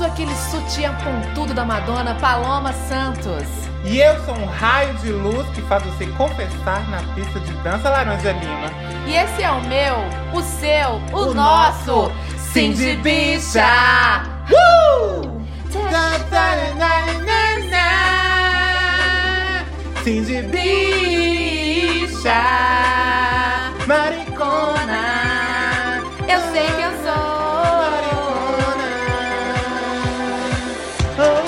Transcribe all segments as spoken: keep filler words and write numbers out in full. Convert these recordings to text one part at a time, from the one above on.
sou aquele sutiã pontudo da Madonna, Paloma Santos. E eu sou um raio de luz que faz você confessar na pista de dança, Laranja Lima. E esse é o meu, o seu, o, O nosso, nosso Sim de Bicha. Uh! Sim de bicha, maricona, Eu sei que eu sou. maricona. Oh,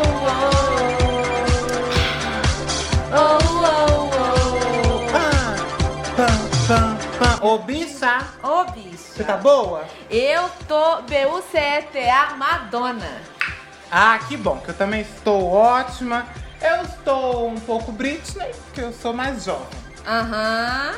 oh, Oh, oh, oh. Pam, pam, pam, pam. Ô, bicha, oh. Ô, bicha. você tá boa? Eu tô B U C E T A Madonna. Ah, que bom, que eu também estou ótima. Eu estou um pouco Britney, porque eu sou mais jovem. Aham.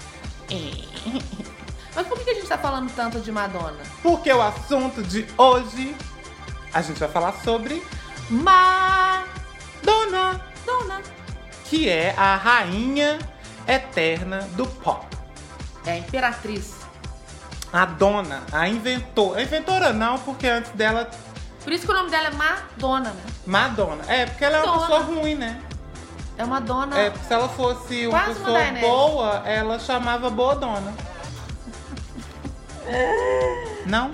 Mas por que a gente tá falando tanto de Madonna? Porque o assunto de hoje, a gente vai falar sobre Madonna. Madonna, que é a rainha eterna do pop. É a imperatriz. A dona, a inventora. A inventora não, porque antes dela, Por isso que o nome dela é Madonna, né? Madonna. É, porque ela é uma Dona. pessoa ruim, né? É uma dona. É, porque se ela fosse uma Quase uma pessoa Daenerys. boa, ela chamava Boa Dona. Não?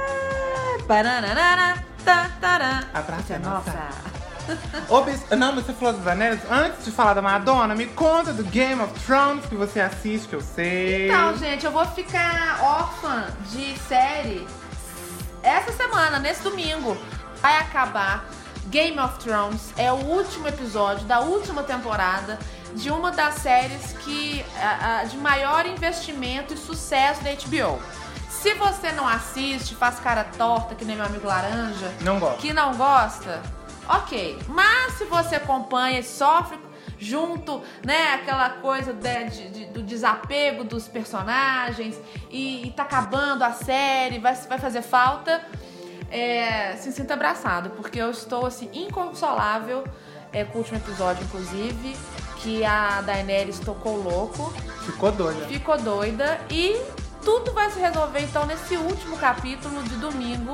Paranana, tá, tará. A praça Isso é nossa. nossa. Ô, bis- Não, mas você falou dos Daenerys. Antes de falar da Madonna, me conta do Game of Thrones que você assiste, que eu sei. Então, gente, eu vou ficar órfã de série essa semana, nesse domingo. Vai acabar Game of Thrones. É o último episódio da última temporada de uma das séries que a, a, de maior investimento e sucesso da H B O. Se você não assiste, faz cara torta, que nem meu amigo Laranja, Não gosto. que não gosta, ok. Mas se você acompanha e sofre junto, né, aquela coisa de, de- de- do desapego dos personagens e, e tá acabando a série, vai, vai fazer falta, é, se sinta abraçado, porque eu estou, assim, inconsolável é, com o último episódio, inclusive, que a Daenerys tocou louco, Ficou doida. ficou doida e tudo vai se resolver, então, nesse último capítulo de domingo.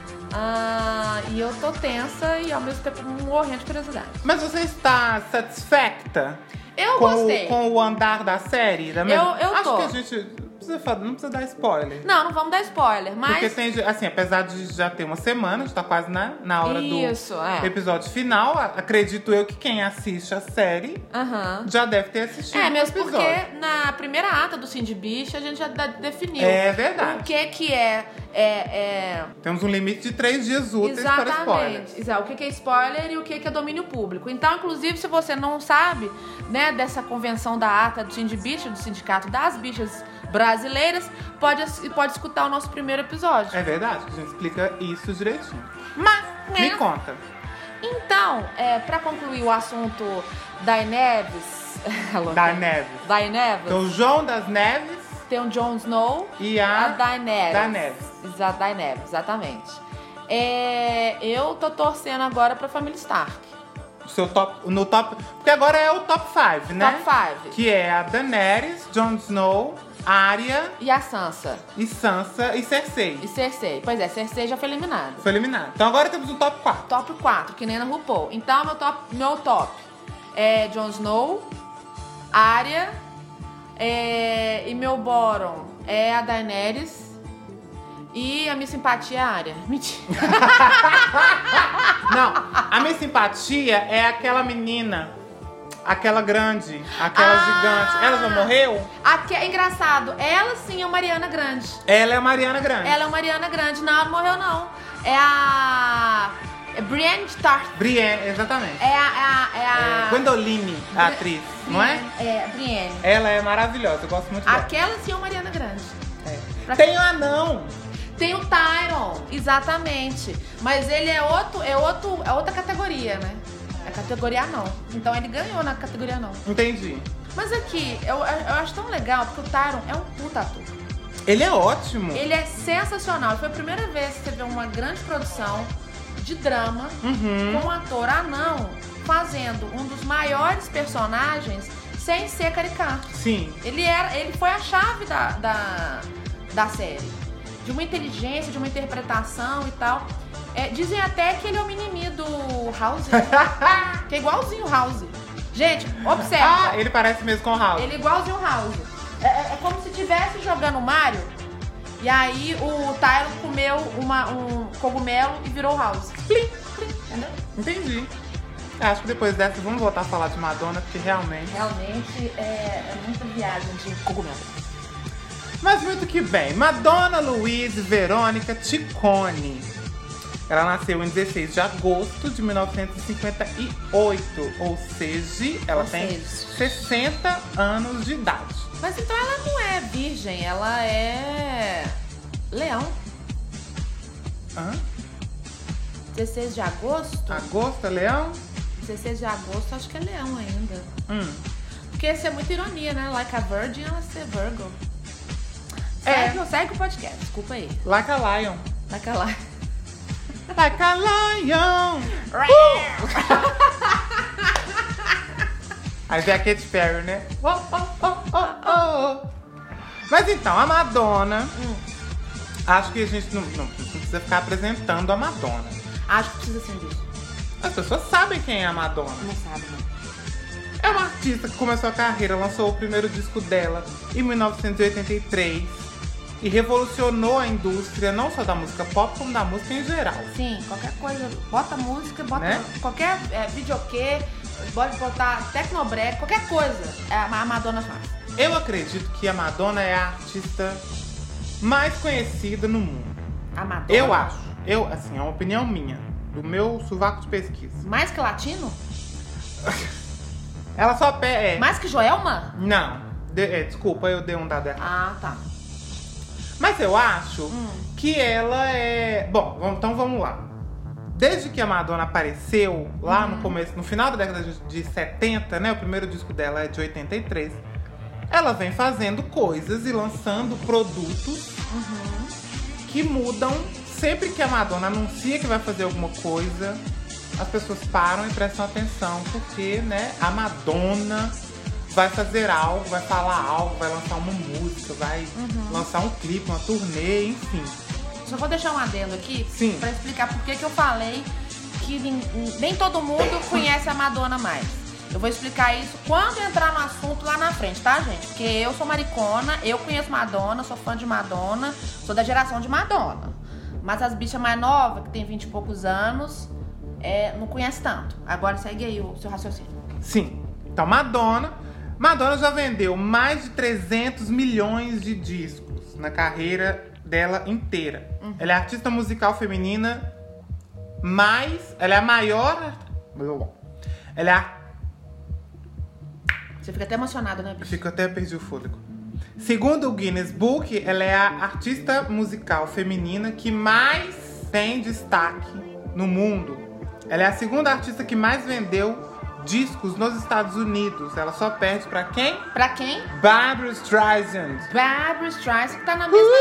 Ah, e eu tô tensa e ao mesmo tempo morrendo de curiosidade. Mas você está satisfeita Eu com, gostei. o, com o andar da série? Da mesma- Eu- eu Acho tô. que a gente precisa falar- não precisa dar spoiler. Não, não vamos dar spoiler, mas... Porque tem, assim, apesar de já ter uma semana, a gente tá quase na, na hora Isso, do é. episódio final. a- Acredito eu que quem assiste a série Aham. já deve ter assistido É, o mesmo episódio. porque na primeira ata do Sim de Bicha a gente já da- definiu É verdade. o que que é... é, é... Temos um limite de três dias úteis para spoilers. Exatamente. Exato. O que que é spoiler e o que que é domínio público. Então, inclusive, se você não sabe, né, dessa convenção da ata do Sim de Bicha, do Sindicato das Bichas Brasileiras, pode, ass- pode escutar o nosso primeiro episódio. É verdade, a gente explica isso direitinho. Mas, né? me conta. Então, é, pra concluir o assunto da Neves... Da Neves. Da Neves. Então, o João das Neves Tem o Jon Snow e a, a Daenerys. Daenerys. Exa Daenerys, exatamente. É, eu tô torcendo agora pra família Stark. o seu top, no top... Porque agora é o top cinco, né? Top cinco. Que é a Daenerys, Jon Snow, Arya E a Sansa. e Sansa e Cersei. E Cersei. Pois é, Cersei já foi eliminada. Foi eliminado. Então agora temos um top quatro. Top quatro, que nem na RuPaul. Então, meu top, meu top é Jon Snow, Arya, é, e meu bottom é a Daenerys. E a minha simpatia é a Arya. Mentira. Não, a minha simpatia é aquela menina, aquela grande, aquela Ah! gigante. Ela já morreu? Aqui é engraçado. Ela sim é a Mariana Grande. Ela é a Mariana Grande. Ela é a Mariana Grande. Não, não morreu, não. É a... É Brienne de Tarth. Brienne, exatamente. É a... É a, é a... É, Gwendoline, a atriz, não é? Brienne, É, Brienne. Ela é maravilhosa, eu gosto muito dela. Aquela sim é a Mariana Grande. É. Pra- Tem o anão. Tem o Tyron, exatamente. Mas ele é outro, é outro, é outra categoria, né? É categoria não. Então ele ganhou na categoria não. Entendi. Mas aqui, eu, eu acho tão legal, porque o Tyron é um puta ator. Ele é ótimo. Ele é sensacional. Foi a primeira vez que você vê uma grande produção de drama Uhum. com um ator anão fazendo um dos maiores personagens sem ser caricato. Sim. Ele, era, ele foi a chave da, da, da série. De uma inteligência, de uma interpretação e tal. É, dizem até que ele é o mini-me do House. Que é igualzinho o House. Gente, observa. Ah, ele parece mesmo com o House. Ele é igualzinho o House. É, é, é como se estivesse jogando Mario. E aí o Tyron comeu uma, um cogumelo e virou o House. Plim, plim, entendeu? Entendi. Acho que depois dessa vamos voltar a falar de Madonna, porque realmente... Realmente é, é muita viagem de cogumelo. Mas muito que bem. Madonna Louise Verônica Ciccone. Ela nasceu em dezesseis de agosto de mil novecentos e cinquenta e oito. Ou seja, ela Ou tem seja. sessenta anos de idade. Mas então ela não é virgem, ela é leão. Hã? dezesseis de agosto? Agosto é leão? dezesseis de agosto, acho que é leão ainda. Hum. Porque isso é muita ironia, né? Like a virgin, ela ser Virgo. É. Segue, segue o podcast, desculpa aí. Like a lion. Like a lion. Like a lion. Aí vem a Katy Perry, né? Oh, oh, oh, oh, oh. Mas então, a Madonna... Hum. Acho que a gente não, não, não precisa ficar apresentando a Madonna. Acho que precisa sim disso. As pessoas sabem quem é a Madonna. Não sabe, né? É uma artista que começou a carreira, lançou o primeiro disco dela em mil novecentos e oitenta e três e revolucionou a indústria, não só da música pop, como da música em geral. Sim, qualquer coisa. Bota música, bota Né? qualquer é, videokê, pode botar tecnobreg, qualquer coisa. É, a Madonna faz. Eu acredito que a Madonna é a artista mais conhecida no mundo. A Madonna. Eu acho. Eu, assim, é uma opinião minha, do meu sovaco de pesquisa. Mais que latino? Ela só pega. É, Mais que Joelma? não, de- é, desculpa, eu dei um dado errado. Ah, tá. Mas eu acho Hum. que ela é... Bom, vamos- então vamos lá. Desde que a Madonna apareceu, lá no começo, no final da década de, de setenta, né? O primeiro disco dela é de oitenta e três. Ela vem fazendo coisas e lançando produtos que mudam. Sempre que a Madonna anuncia que vai fazer alguma coisa, as pessoas param e prestam atenção, porque, né, a Madonna vai fazer algo, vai falar algo, vai lançar uma música, vai lançar um clipe, uma turnê, enfim. Só vou deixar um adendo aqui Sim. pra explicar por que que eu falei que nin- nem todo mundo conhece a Madonna mais. Eu vou explicar isso quando entrar no assunto lá na frente, tá, gente? Porque eu sou maricona, eu conheço Madonna, sou fã de Madonna, sou da geração de Madonna. Mas as bichas mais novas, que tem vinte e poucos anos, é, não conhece tanto. Agora segue aí o seu raciocínio. Sim. Então, Madonna. Madonna já vendeu mais de trezentos milhões de discos na carreira dela inteira. Ela é a artista musical feminina mais... Ela é a maior... Ela é a... Você fica até emocionado, né, bicho? Fico até perdi o fôlego. Segundo o Guinness Book, ela é a artista musical feminina que mais tem destaque no mundo. Ela é a segunda artista que mais vendeu discos nos Estados Unidos. Ela só perde pra quem? Pra quem? Barbra Streisand. Barbra Streisand, que tá na mesma...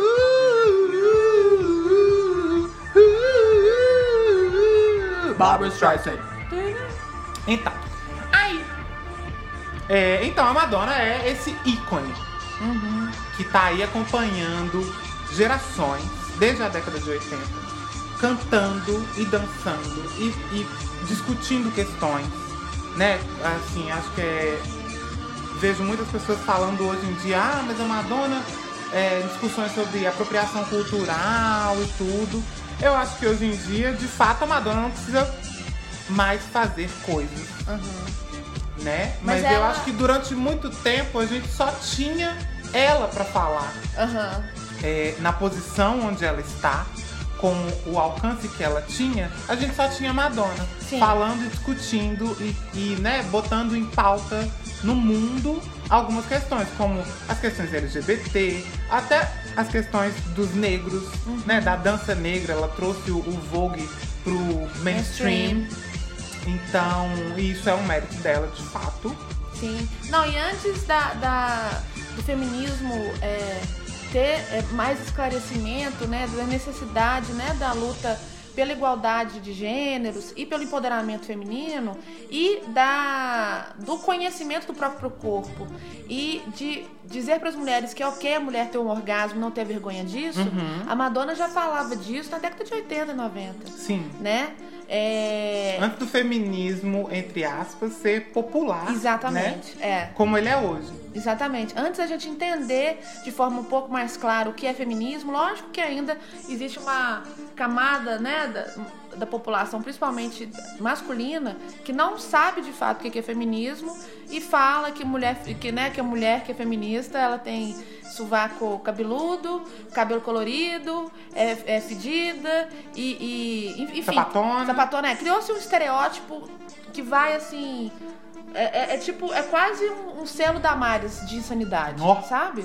Barbra Streisand. Então, aí. É, então, a Madonna é esse ícone que tá aí acompanhando gerações desde a década de oitenta, cantando e dançando e, e discutindo questões, né? Assim, acho que é... Vejo muitas pessoas falando hoje em dia, ah, mas a Madonna, é, discussões sobre apropriação cultural e tudo. Eu acho que hoje em dia, de fato, a Madonna não precisa mais fazer coisas, né? Mas, Mas eu ela- acho que durante muito tempo a gente só tinha ela pra falar. Aham. É, na posição onde ela está, com o alcance que ela tinha, a gente só tinha Madonna Sim. falando e discutindo e, e, né, botando em pauta no mundo algumas questões, como as questões L G B T, até as questões dos negros, né, da dança negra. Ela trouxe o, o Vogue pro mainstream. Mainstream. Então, isso é um mérito dela, de fato. Sim. Não, e antes da, da- do feminismo é, ter é, mais esclarecimento, né, da necessidade, né, da luta pela igualdade de gêneros e pelo empoderamento feminino e da, do conhecimento do próprio corpo e de dizer para as mulheres que é ok a mulher ter um orgasmo, não ter vergonha disso. Uhum. A Madonna já falava disso na década de oitenta e noventa. Sim. Né? É... Antes do feminismo, entre aspas, ser popular. Exatamente, né? é. Como ele é hoje. Exatamente. Antes da gente entender de forma um pouco mais clara o que é feminismo, lógico que ainda existe uma camada, né, da, da população, principalmente masculina, que não sabe de fato o que é feminismo e fala que, mulher, que, né, que a mulher que é feminista, ela tem sovaco cabeludo, cabelo colorido, é, é fedida e, e enfim. Sapatona. Sapatona, é. Criou-se um estereótipo que vai assim... É, é, é tipo, é quase um, um selo Damares de insanidade, Nossa. sabe?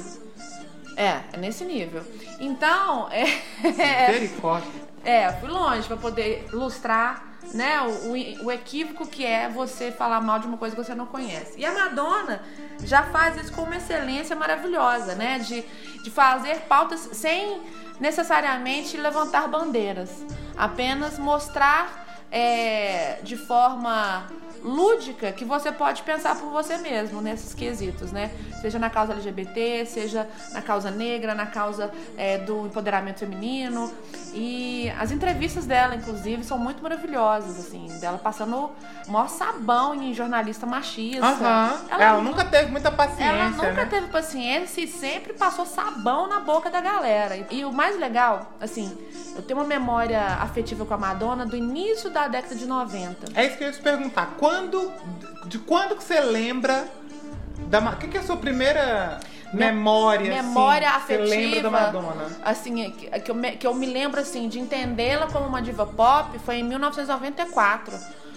É, é nesse nível. Então, é... Misericórdia. É, fui longe pra poder ilustrar, né, o, o equívoco que é você falar mal de uma coisa que você não conhece. E a Madonna já faz isso com uma excelência maravilhosa, né, de, de fazer pautas sem necessariamente levantar bandeiras. Apenas mostrar é, de forma... lúdica que você pode pensar por você mesmo nesses quesitos, né? Seja na causa L G B T, seja na causa negra, na causa é, do empoderamento feminino. E as entrevistas dela, inclusive, são muito maravilhosas, assim, dela passando o maior sabão em jornalista machista. Uhum. Ela, ela nunca teve muita paciência, Ela nunca né? teve paciência e sempre passou sabão na boca da galera. E, e o mais legal, assim, eu tenho uma memória afetiva com a Madonna do início da década de noventa. É isso que eu ia te perguntar. Quando, de quando que você lembra da... O que, que é a sua primeira memória, memória assim, afetiva, você lembra da Madonna? Assim, que, que, eu me, que eu me lembro, assim, de entendê-la como uma diva pop foi em mil novecentos e noventa e quatro,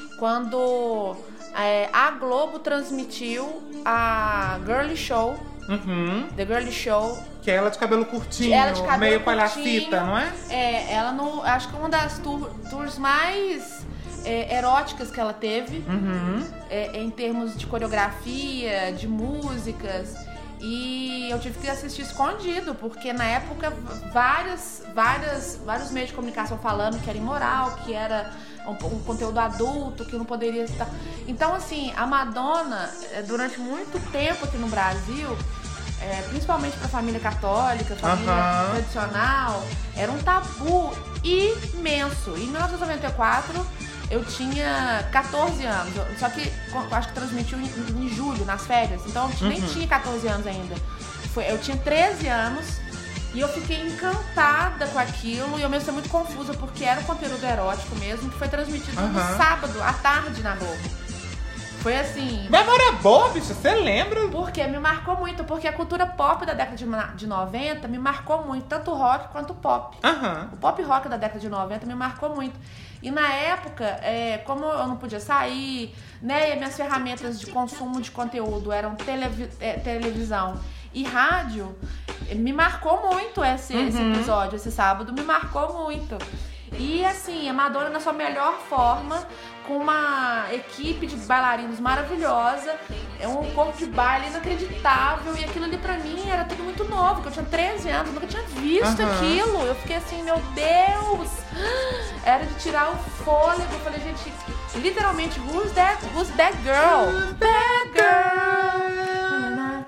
quando é, a Globo transmitiu a Girly Show, uhum. The Girly Show. Que é ela de cabelo curtinho, ela de cabelo meio curtinho, palhacita, não é? É, ela no, acho que uma das tour, tours mais... É, eróticas que ela teve, uhum. é, em termos de coreografia, de músicas, e eu tive que assistir escondido, porque na época várias, várias, vários meios de comunicação falando que era imoral, que era um, um conteúdo adulto, que não poderia estar... Então, assim, a Madonna, durante muito tempo aqui no Brasil, é, principalmente para a família católica, família uhum. tradicional, era um tabu imenso. Em mil novecentos e noventa e quatro... eu tinha catorze anos, só que acho que transmitiu em, em julho, nas férias, então eu nem uhum. tinha catorze anos ainda. Foi, eu tinha treze anos e eu fiquei encantada com aquilo e eu mesmo fui muito confusa porque era um conteúdo erótico mesmo, que foi transmitido uhum. no sábado, à tarde, na Globo. Foi assim... Memória boa, bicho, você lembra? Porque me marcou muito, porque a cultura pop da década de, de noventa me marcou muito, tanto o rock quanto o pop. Uhum. O pop rock da década de noventa me marcou muito. E na época, é, como eu não podia sair, né, e as minhas ferramentas de consumo de conteúdo eram televi- é, televisão e rádio, me marcou muito esse, uhum. esse episódio, esse sábado, me marcou muito. E assim, a Madonna na sua melhor forma, com uma equipe de bailarinos maravilhosa, é um corpo de baile inacreditável, e aquilo ali pra mim era tudo muito novo, porque eu tinha treze anos, eu nunca tinha visto uhum. aquilo. Eu fiquei assim, meu Deus, era de tirar o fôlego. Eu falei, gente, literalmente, who's that, who's that girl? Who's that girl?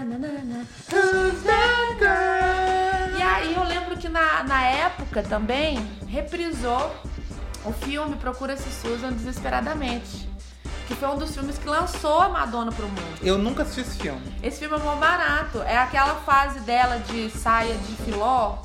Who's that girl? E aí eu lembro que na, na época também reprisou o filme Procura-se Susan Desesperadamente, que foi um dos filmes que lançou a Madonna pro mundo. Eu nunca assisti esse filme. Esse filme é mó barato. É aquela fase dela de saia de filó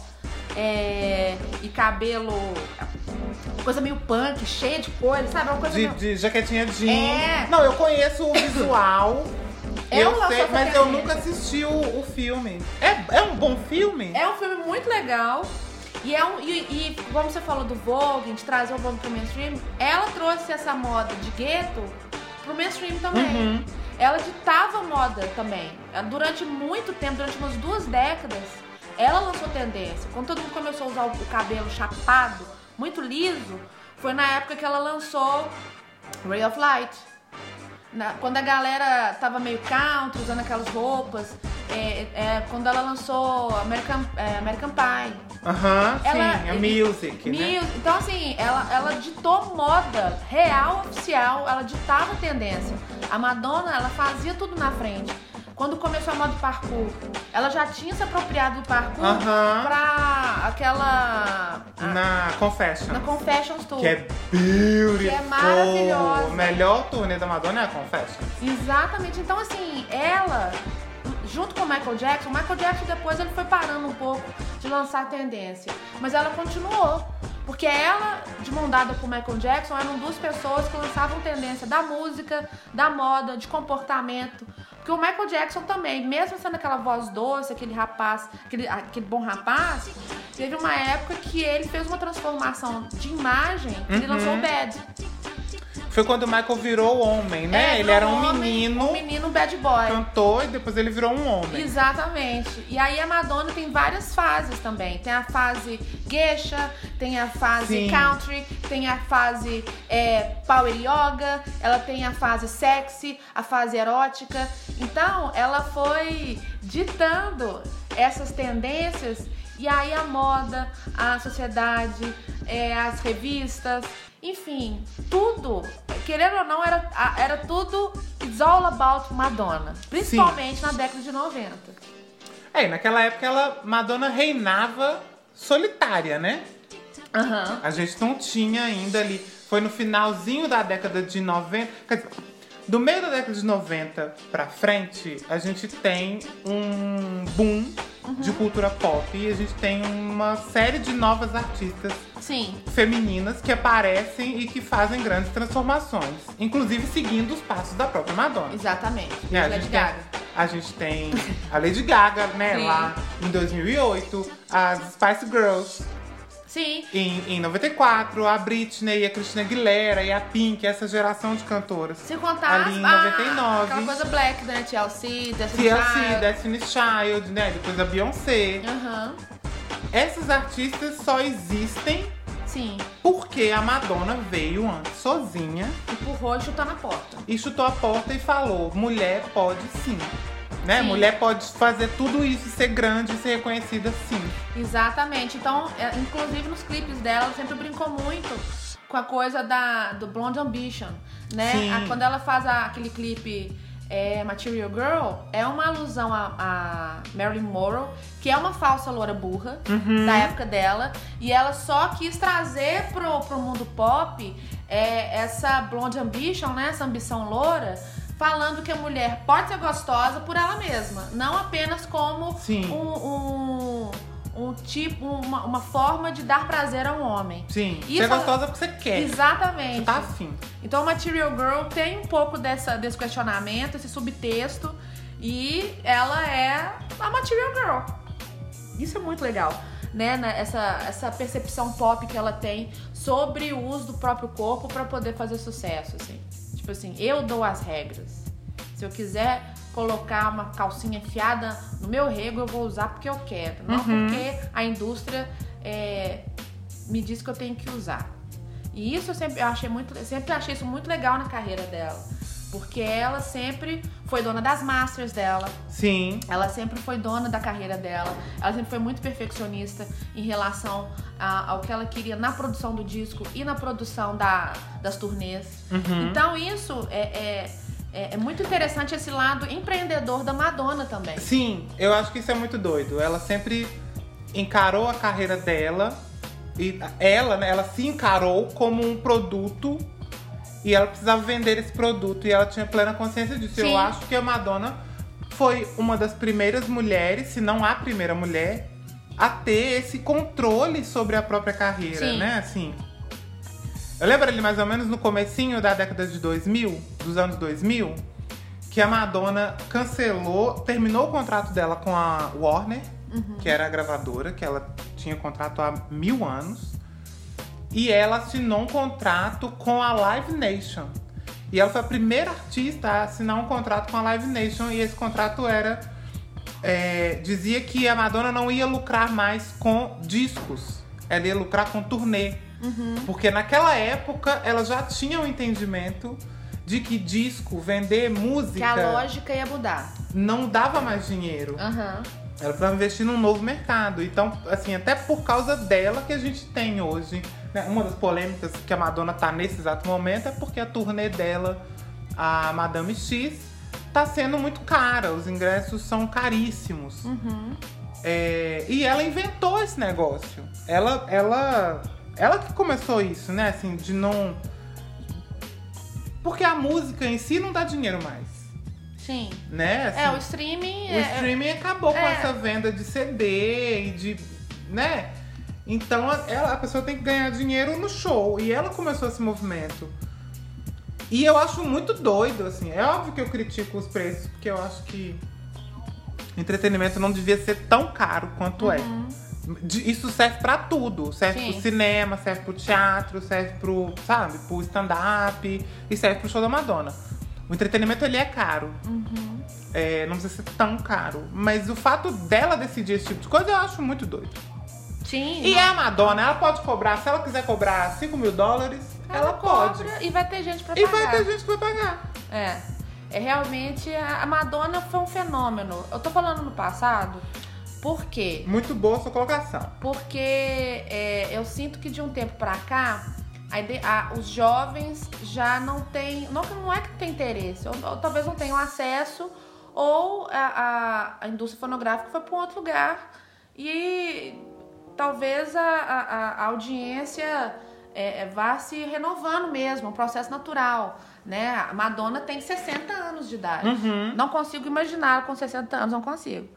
é, e cabelo, coisa meio punk, cheia de cores, sabe? Uma coisa de, meio... de jaquetinha jeans. É. Não, eu conheço o visual. Eu sei, mas eu nunca assisti o, o filme. É, é um bom filme? É um filme muito legal. E, é um, e, e como você falou do Vogue, de trazer o Vogue pro mainstream, ela trouxe essa moda de gueto pro mainstream também. Uhum. Ela ditava moda também. Durante muito tempo, durante umas duas décadas, ela lançou tendência. Quando todo mundo começou a usar o cabelo chapado, muito liso, foi na época que ela lançou Ray of Light. Na, quando a galera tava meio country, usando aquelas roupas é, é, quando ela lançou American, é, American Pie. Aham, uh-huh, sim, a e, music, né? Então, assim, ela, ela ditou moda real, oficial, ela ditava tendência. A Madonna, ela fazia tudo na frente. Quando começou a moda de parkour, ela já tinha se apropriado do parkour uh-huh. pra aquela... Na Confessions. Na Confessions Tour. Que é beautiful. Que é maravilhosa. O melhor turnê da Madonna é a Confessions. Exatamente. Então, assim, ela... Junto com o Michael Jackson, o Michael Jackson depois ele foi parando um pouco de lançar tendência. Mas ela continuou. Porque ela, de mão dada com o Michael Jackson, eram duas pessoas que lançavam tendência da música, da moda, de comportamento. Porque o Michael Jackson também, mesmo sendo aquela voz doce, aquele rapaz, aquele, aquele bom rapaz, teve uma época que ele fez uma transformação de imagem que uhum. ele lançou o Bad. Foi quando o Michael virou homem, né? É, ele era um homem, menino. Um menino bad boy. Cantou e depois ele virou um homem. Exatamente. E aí a Madonna tem várias fases também. Tem a fase geisha, tem a fase Sim. country, tem a fase é, power yoga, ela tem a fase sexy, a fase erótica. Então, ela foi ditando essas tendências e aí a moda, a sociedade, é, as revistas... Enfim, tudo, querendo ou não, era, era tudo It's all about Madonna. Principalmente Sim. na década de noventa. É, naquela época ela, Madonna reinava solitária, né? Uhum. A gente não tinha ainda ali. Foi no finalzinho da década de noventa. Quer dizer, do meio da década de noventa pra frente, a gente tem um boom uhum. de cultura pop. E a gente tem uma série de novas artistas Sim. femininas que aparecem e que fazem grandes transformações. Inclusive seguindo os passos da própria Madonna. Exatamente. É, a Lady gente Gaga. Tem, a gente tem a Lady Gaga, né? Sim. Lá em dois mil e oito. As Spice Girls. Sim. Em, em noventa e quatro, a Britney, a Christina Aguilera e a Pink, essa geração de cantoras. Se contar ali em noventa e nove. Ah, aquela coisa black, né? T L C, Destiny T L C, Child. Destiny's Child, né? Depois a Beyoncé. Aham. Uhum. Essas artistas só existem Sim. porque a Madonna veio antes sozinha. Empurrou e chutou na porta. E chutou a porta e falou, mulher pode sim. Né? Sim. Mulher pode fazer tudo isso, ser grande e ser reconhecida sim. Exatamente. Então, é, inclusive nos clipes dela, ela sempre brincou muito com a coisa da, do Blonde Ambition, né? A, quando ela faz a, aquele clipe é, Material Girl, é uma alusão a, a Marilyn Monroe, que é uma falsa loura burra uhum. da época dela. E ela só quis trazer pro, pro mundo pop é, essa Blonde Ambition, né? Essa ambição loura, falando que a mulher pode ser gostosa por ela mesma, não apenas como um, um, um tipo, uma, uma forma de dar prazer a um homem. Sim, Isso você é gostosa porque você quer. Exatamente. Você tá afim. Então, Material Girl tem um pouco dessa, desse questionamento, esse subtexto, e ela é a Material Girl. Isso é muito legal, né? Essa, essa percepção pop que ela tem sobre o uso do próprio corpo para poder fazer sucesso, assim. Tipo assim, eu dou as regras. Se eu quiser colocar uma calcinha enfiada no meu rego, eu vou usar porque eu quero. Não uhum. porque a indústria é, me diz que eu tenho que usar. E isso eu sempre eu achei muito, sempre achei isso muito legal na carreira dela. Porque ela sempre foi dona das masters dela. Sim. Ela sempre foi dona da carreira dela. Ela sempre foi muito perfeccionista em relação a, ao que ela queria na produção do disco e na produção da, das turnês. Uhum. Então isso é, é, é, é muito interessante, esse lado empreendedor da Madonna também. Sim, eu acho que isso é muito doido. Ela sempre encarou a carreira dela e ela, né, ela se encarou como um produto. E ela precisava vender esse produto e ela tinha plena consciência disso. Sim. Eu acho que a Madonna foi uma das primeiras mulheres, se não a primeira mulher, a ter esse controle sobre a própria carreira, Sim. né? Assim, eu lembro ali mais ou menos no comecinho da década de dois mil, dos anos dois mil, que a Madonna cancelou, terminou o contrato dela com a Warner, uhum. que era a gravadora, que ela tinha contrato há mil anos. E ela assinou um contrato com a Live Nation. E ela foi a primeira artista a assinar um contrato com a Live Nation. E esse contrato era... É, dizia que a Madonna não ia lucrar mais com discos. Ela ia lucrar com turnê. Uhum. Porque naquela época ela já tinha um entendimento de que disco, vender música... Que a lógica ia mudar. Não dava mais dinheiro. Aham. Uhum. Ela precisava investir num novo mercado. Então, assim, até por causa dela que a gente tem hoje, né? Uma das polêmicas que a Madonna tá nesse exato momento é porque a turnê dela, a Madame X, tá sendo muito cara. Os ingressos são caríssimos. Uhum. É, e ela inventou esse negócio. Ela, ela, ela que começou isso, né? Assim, de não... Porque a música em si não dá dinheiro mais. Sim. Né? Assim, é, o streaming... O é, streaming acabou é, com essa venda de C D e de... né? Então, ela, a pessoa tem que ganhar dinheiro no show. E ela começou esse movimento. E eu acho muito doido, assim. É óbvio que eu critico os preços, porque eu acho que entretenimento não devia ser tão caro quanto uhum. é. Isso serve pra tudo. Serve Sim. pro cinema, serve pro teatro, serve pro, sabe, pro stand-up e serve pro show da Madonna. O entretenimento, ele é caro. Uhum. É, não precisa ser tão caro. Mas o fato dela decidir esse tipo de coisa, eu acho muito doido. Sim. E não. é a Madonna, ela pode cobrar, se ela quiser cobrar cinco mil dólares, ela, ela pode. Cobra, e vai ter gente pra e pagar. E vai ter gente que vai pagar. É. É realmente, a Madonna foi um fenômeno. Eu tô falando no passado, por quê? Muito boa sua colocação. Porque é, eu sinto que de um tempo pra cá, a ide- a, os jovens já não têm... Não, não é que tem interesse, ou, ou talvez não tenham acesso, ou a, a, a indústria fonográfica foi pra um outro lugar. E talvez a, a, a audiência é, vá se renovando mesmo, é um processo natural. Né? A Madonna tem sessenta anos de idade. Uhum. Não consigo imaginar com sessenta anos, não consigo.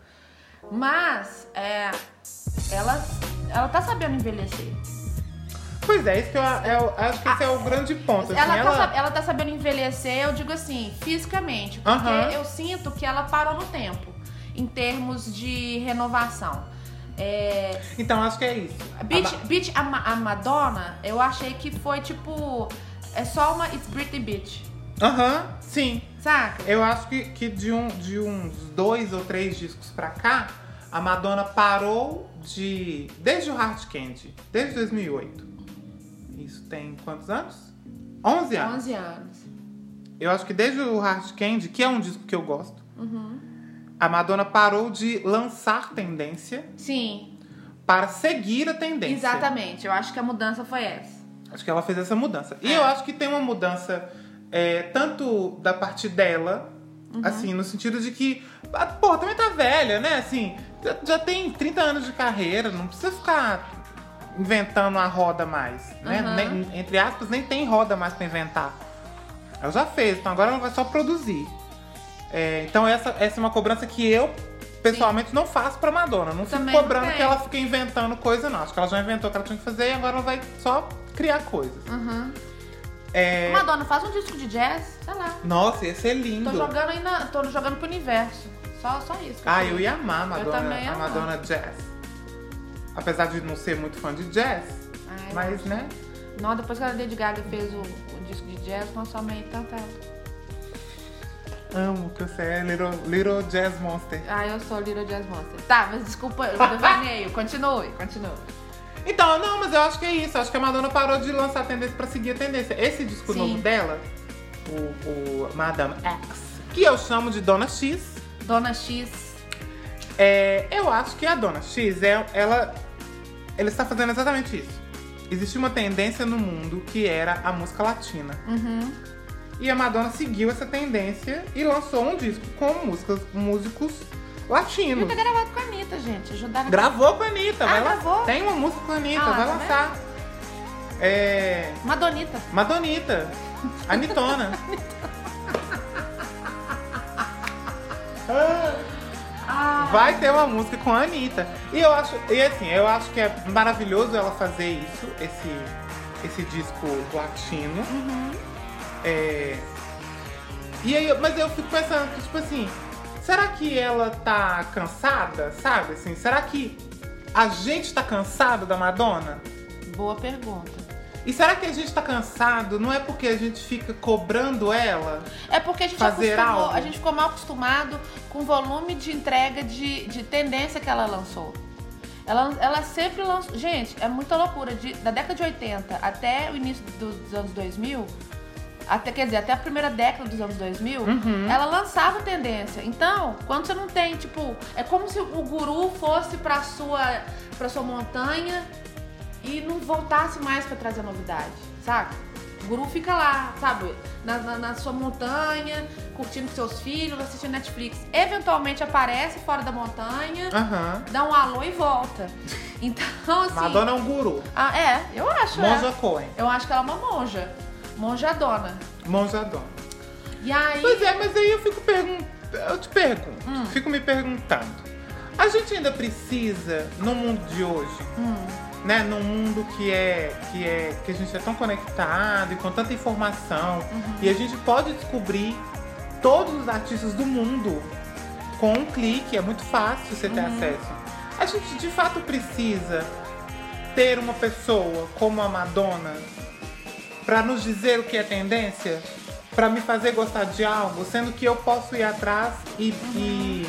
Mas é, ela, ela tá sabendo envelhecer. Pois é, isso que eu, eu acho que esse é o grande ponto. Assim, Ela, ela... Tá, ela tá sabendo envelhecer, eu digo assim, fisicamente. Porque Uhum. eu sinto que ela parou no tempo, em termos de renovação. É... Então, acho que é isso. Beach, a, Ma- Beach, a, Ma- a Madonna, eu achei que foi tipo... É só uma It's Britney Beach. Aham, uhum, sim. Saca? Eu acho que, que de, um, de uns dois ou três discos pra cá, a Madonna parou de... Desde o Hard Candy, desde dois mil e oito. Isso tem quantos anos? onze anos. onze anos. Eu acho que desde o Hard Candy, que é um disco que eu gosto, Uhum. a Madonna parou de lançar tendência Sim. para seguir a tendência. Exatamente. Eu acho que a mudança foi essa. Acho que ela fez essa mudança. E É. eu acho que tem uma mudança é, tanto da parte dela, uhum. assim, no sentido de que, pô, também tá velha, né? Assim, já, já tem trinta anos de carreira, não precisa ficar inventando a roda mais, né? Uhum. Nem, entre aspas, nem tem roda mais pra inventar. Ela já fez, então agora ela vai só produzir. É, então essa, essa é uma cobrança que eu, pessoalmente, Sim. não faço pra Madonna. Não fico Também cobrando não que ela fique inventando coisa, não. Acho que ela já inventou o que ela tinha que fazer e agora ela vai só criar coisas. Uhum. É... Madonna, faz um disco de jazz, sei lá. Nossa, ia ser lindo. Tô jogando ainda, tô jogando pro universo. Só, só isso. Ah, eu ia amar a Madonna, também a amo. Madonna Jazz. Apesar de não ser muito fã de jazz, Ai, mas, né? Não, depois que a Lady Gaga fez o, o disco de jazz, nós amei tanto ela. Amo que você é Little, little Jazz Monster. Ah, eu sou Little Jazz Monster. Tá, mas desculpa, eu devaneio. Continue, continue. Então, não, mas eu acho que é isso. Eu acho que a Madonna parou de lançar a tendência pra seguir a tendência. Esse disco Sim. novo dela, o, o Madame X, que eu chamo de Dona X. Dona X. É, eu acho que a Dona X, é, ela, ela está fazendo exatamente isso. Existia uma tendência no mundo que era a música latina. Uhum. E a Madonna seguiu essa tendência e lançou um disco com músicas, músicos latinos. Eu ter gravado com a Anitta, gente. Ajudar na... Gravou com a Anitta. Ah, vai gravou? lan- Tem uma música com a Anitta, Ah, vai tá lançar. É... Madonita. Madonita. Anitona. Ah. Vai ter uma música com a Anitta. E eu acho, e assim, eu acho que é maravilhoso ela fazer isso, esse, esse disco latino. Uhum. É... E aí, mas eu fico pensando que, tipo assim, será que ela tá cansada, sabe? Assim, será que a gente tá cansado da Madonna? Boa pergunta. E será que a gente tá cansado? Não é porque a gente fica cobrando ela? É porque a gente, Fazer acostumou, algo. a gente ficou mal acostumado com o volume de entrega de, de tendência que ela lançou. Ela, ela sempre lançou... Gente, é muita loucura. De, da década de oitenta até o início dos anos dois mil, até, quer dizer, até a primeira década dos anos dois mil, Uhum. ela lançava tendência. Então, quando você não tem, tipo, é como se o guru fosse pra sua, pra sua montanha e não voltasse mais pra trazer novidade, saca? O guru fica lá, sabe, na, na, na sua montanha, curtindo com seus filhos, assistindo Netflix. Eventualmente aparece fora da montanha, Aham. dá um alô e volta. Então, assim... Madonna é um guru. Ah, é, eu acho, Monja é. Cohen. Eu acho que ela é uma monja. Monjadona. Monjadona. E aí... Pois é, mas aí eu fico perguntando. Eu te pergunto, Hum. fico me perguntando. A gente ainda precisa, no mundo de hoje, Hum. né? Num mundo que é, que é. que a gente é tão conectado e com tanta informação. Uhum. E a gente pode descobrir todos os artistas do mundo com um clique, é muito fácil você ter Uhum. acesso. A gente de fato precisa ter uma pessoa como a Madonna pra nos dizer o que é tendência, pra me fazer gostar de algo, sendo que eu posso ir atrás e, Uhum. e,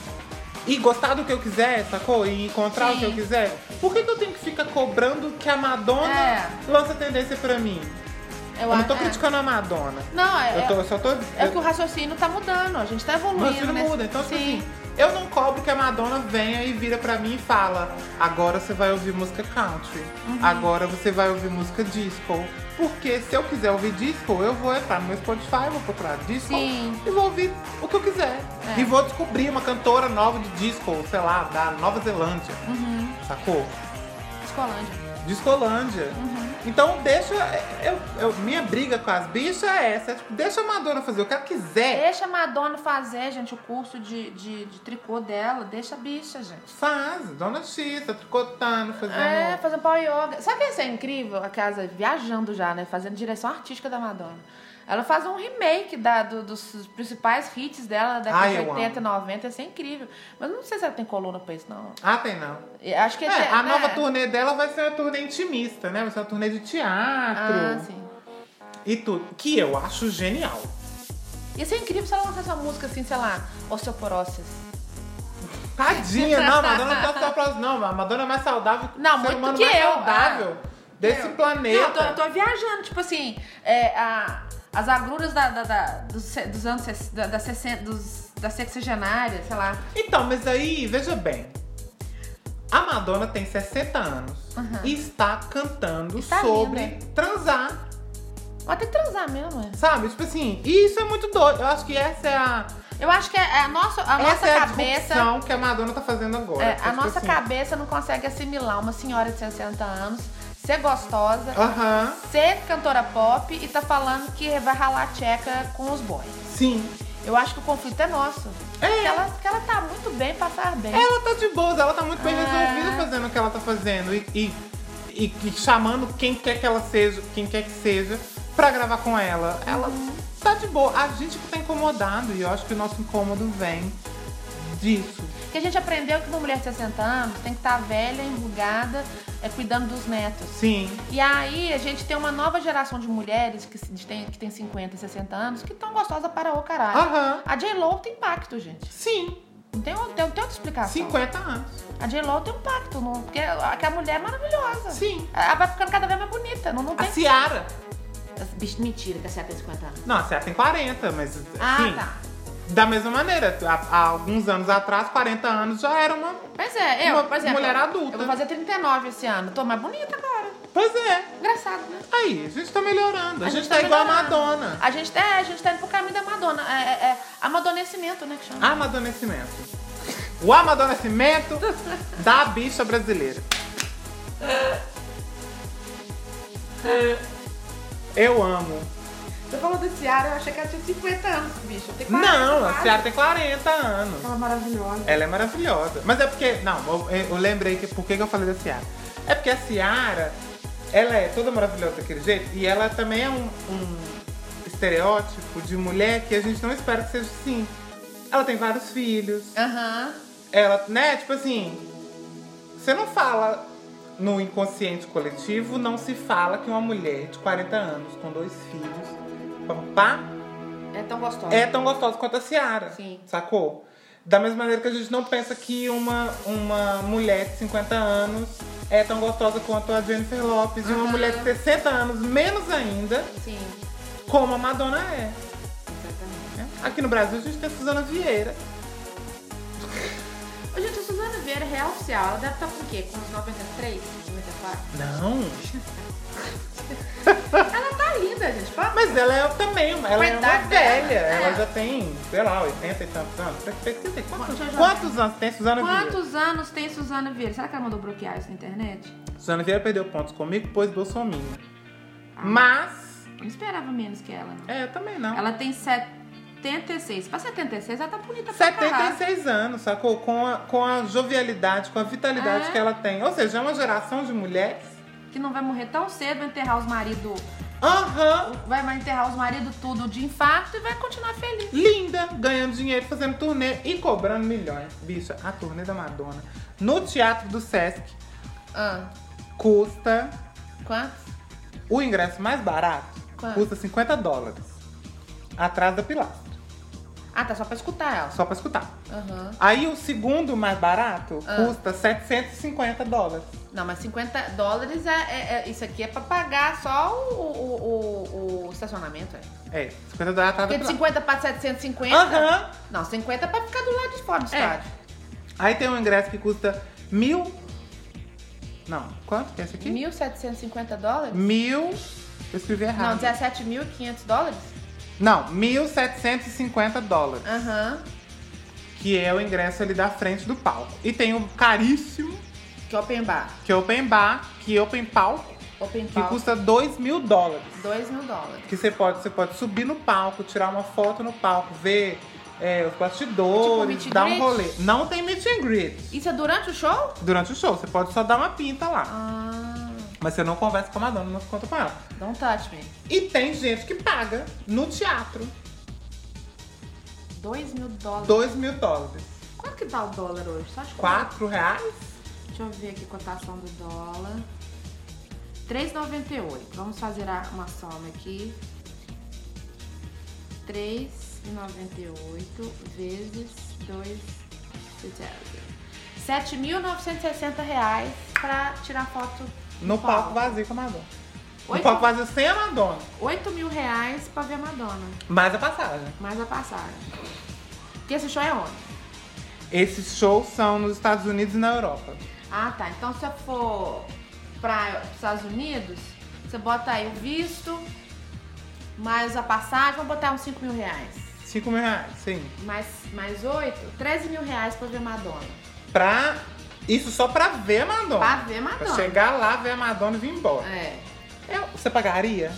e gostar do que eu quiser, sacou? E encontrar Sim. o que eu quiser. Por que, que eu tenho que ficar cobrando que a Madonna É. lança tendência pra mim? Eu, não tô é. criticando a Madonna. Não, é, Eu, tô, eu só tô. é que o raciocínio tá mudando, a gente tá evoluindo. Mas isso não nesse- muda. Então, tipo Sim. assim, eu não cobro que a Madonna venha e vira pra mim e fala: agora você vai ouvir música country, Uhum. agora você vai ouvir música disco. Porque se eu quiser ouvir disco, eu vou entrar no meu Spotify, vou procurar disco Sim. e vou ouvir o que eu quiser. É. E vou descobrir uma cantora nova de disco, sei lá, da Nova Zelândia, Uhum. sacou? Escolândia. Discolândia. Uhum. Então deixa. Eu, eu- minha briga com as bichas é essa. É, tipo, deixa a Madonna fazer o que ela quiser. Deixa a Madonna fazer, gente, o curso de, de, de tricô dela. Deixa a bicha, gente. Faz, Dona X, tá tricotando, fazendo. É, fazendo power yoga. Sabe isso é incrível? A casa viajando já, né? Fazendo direção artística da Madonna. Ela faz um remake da, do- dos principais hits dela, da Ai, década de eu oitenta e noventa. Isso é incrível. Mas não sei se ela tem coluna pra isso, não. Ah, tem não. Eu Acho que É, tem, a né? nova turnê dela vai ser uma turnê intimista, né? Vai ser uma turnê de teatro. Ah, sim. E tudo. Que eu acho genial. Ia ser incrível se ela lançasse uma música assim, sei lá, osteoporose. Tadinha, não, a Madonna não tá só pra. Não, a Madonna é mais saudável que Não, o ser muito humano que mais eu, saudável desse Eu- planeta. Não, eu tô, eu tô viajando, tipo assim, é, a, as agruras da, da, da- dos, se- dos anos ses- da, da sessenta, dos, da sexagenária, sei lá. Então, mas aí, veja bem. A Madonna tem sessenta anos Uhum. e está cantando Está sobre linda. transar, Ela tem que transar mesmo, é. sabe? Tipo assim, e isso é muito doido. Eu acho que essa é a, Eu acho que é a nossa, a nossa essa é a cabeça. disrupção que a Madonna tá fazendo agora. é, Que a tipo nossa assim, cabeça não consegue assimilar uma senhora de sessenta anos, ser gostosa, Aham, ser cantora pop e tá falando que vai ralar tcheca com os boys. sim. Eu acho que o conflito é nosso. É. Que ela, que ela tá muito bem, passar bem. Ela tá de boa, ela tá muito bem É. resolvida fazendo o que ela tá fazendo. E, e, e- e chamando quem quer que ela seja, quem quer que seja, pra gravar com ela. Ela tá de boa. A gente que tá incomodado, e eu acho que o nosso incômodo vem disso. Porque a gente aprendeu que uma mulher de sessenta anos tem que estar velha, enrugada, é, cuidando dos netos. Sim. E aí a gente tem uma nova geração de mulheres que se- tem, que tem cinquenta, sessenta anos que estão gostosas para o caralho. Aham. A J-Lo tem pacto, gente. Sim. Não tem, tem, tem outra explicação. cinquenta anos. A J-Lo tem um pacto, não, porque a, que a mulher é maravilhosa. Sim. Ela vai ficando cada vez mais bonita. Não, não A tem... Ciara. Bicho, mentira que a Ciara tem cinquenta anos. Não, a Ciara tem quarenta, mas Ah, assim, tá. da mesma maneira. Há, há alguns anos atrás, quarenta anos já era uma... Pois é, eu, Uma por exemplo, mulher adulta. eu vou fazer trinta e nove esse ano. Tô mais bonita agora. Pois é. Engraçado, né? Aí, a gente tá melhorando. A, A gente, gente tá, tá igual melhorando. a Madonna. A gente, é, a gente tá indo pro caminho da Madonna. É, é, é amadonecimento, né, que chama. Amadonecimento. O amadonecimento da bicha brasileira. Eu amo. Você falou da Ciara, eu achei que ela tinha cinquenta anos, bicho. Tem quarenta, Não, a quase. Ciara tem quarenta anos. Ela é maravilhosa. Ela é maravilhosa. Mas é porque... Não, eu, eu lembrei que, por que que eu falei da Ciara. É porque a Ciara, ela é toda maravilhosa daquele jeito. E ela também é um, um estereótipo de mulher que a gente não espera que seja assim. Ela tem vários filhos. Aham. Ela, né, tipo assim... Você não fala... No inconsciente coletivo, não se fala que uma mulher de quarenta anos, com dois filhos, papá, É tão gostosa. é tão gostosa quanto a Ciara. Sim. Sacou? Da mesma maneira que a gente não pensa que uma, uma mulher de cinquenta anos é tão gostosa quanto a Jennifer Lopez. E uma Aham. mulher de sessenta anos, menos ainda. Sim. Como a Madonna é. Exatamente. Aqui no Brasil a gente tem a Suzana Vieira. Ô, gente, a Suzana Vieira é real oficial. Ela deve estar com o quê? Com uns noventa e três, noventa e quatro? Não. Ela tá linda, gente. Pode... Mas ela é também, ela é uma idade velha. dela, Ela é. já tem, sei lá, oitenta e tantos anos. Pesquisei. Quantos, Deixa eu já quantos ver. anos tem Suzana Vieira? Quantos anos tem Suzana Vieira? Será que ela mandou bloquear isso na internet? Suzana Vieira perdeu pontos comigo, pois Bolsominho. Ah. Mas... Não esperava menos que ela, não. É, eu também não. Ela tem setenta e seis. Pra setenta e seis, ela tá bonita pra setenta caralho. e seis anos, sacou? Com a, com a jovialidade, com a vitalidade É. que ela tem. Ou seja, é uma geração de mulheres. Que não vai morrer tão cedo, vai enterrar os maridos... Aham. Vai, vai enterrar os maridos tudo de infarto e vai continuar feliz. Linda, ganhando dinheiro, fazendo turnê e cobrando milhões. Bicha, a turnê da Madonna no Teatro do Sesc Ah, custa... quantos? O ingresso mais barato Quanto? custa cinquenta dólares. Atrás da pilastra. Ah, tá, só pra escutar ela. Só pra escutar. Aham. Aí o segundo mais barato Ah. custa setecentos e cinquenta dólares. Não, mas cinquenta dólares, é, é- é- isso aqui é pra pagar só o, o, o, o estacionamento, é. É, cinquenta dólares atrás da Porque de pilastra. cinquenta pra setecentos e cinquenta... Aham. Não, cinquenta é pra ficar do lado de fora do É. estádio. Aí tem um ingresso que custa mil... Não, quanto que é esse aqui? mil setecentos e cinquenta dólares? Mil... Eu escrevi Não, errado. dezessete mil e quinhentos dólares? Não, mil setecentos e cinquenta dólares. Aham. Que é o ingresso ali da frente do palco. E tem o caríssimo, Que é open bar. que é open bar, que é open palco, Open que palco. custa dois mil dólares. dois mil dólares. Que você pode, você pode subir no palco, tirar uma foto no palco, ver é, os bastidores, Tipo, meet and dar um greet? rolê. Não tem meet and greet Isso é durante o show? durante o show, você pode só dar uma pinta lá. Ah, Mas você não conversa com a Madonna, não se conta com ela. don't touch me. E tem gente que paga no teatro dois mil dólares. dois mil dólares. Quanto que tá o dólar hoje? Só acho que- quatro reais? Deixa eu ver aqui a cotação do dólar. três reais e noventa e oito. Vamos fazer a- uma soma aqui. três reais e noventa e oito vezes dois. sete mil novecentos e sessenta reais pra tirar foto No palco vazio com a Madonna. No Oito- palco vazio sem a Madonna. oito mil reais pra ver a Madonna. Mais a passagem. Mais a passagem. E esse show é onde? Esses shows são nos Estados Unidos e na Europa. Ah, tá. Então se eu for para os Estados Unidos, você bota aí o visto, mais a passagem, vamos botar uns cinco mil reais. cinco mil reais, sim. Mais, mais oito, treze mil reais pra ver Madonna. Pra... Isso só pra ver a Madonna. Pra ver Pra Madonna. chegar lá, ver a Madonna e vir embora. É. Eu- Você pagaria?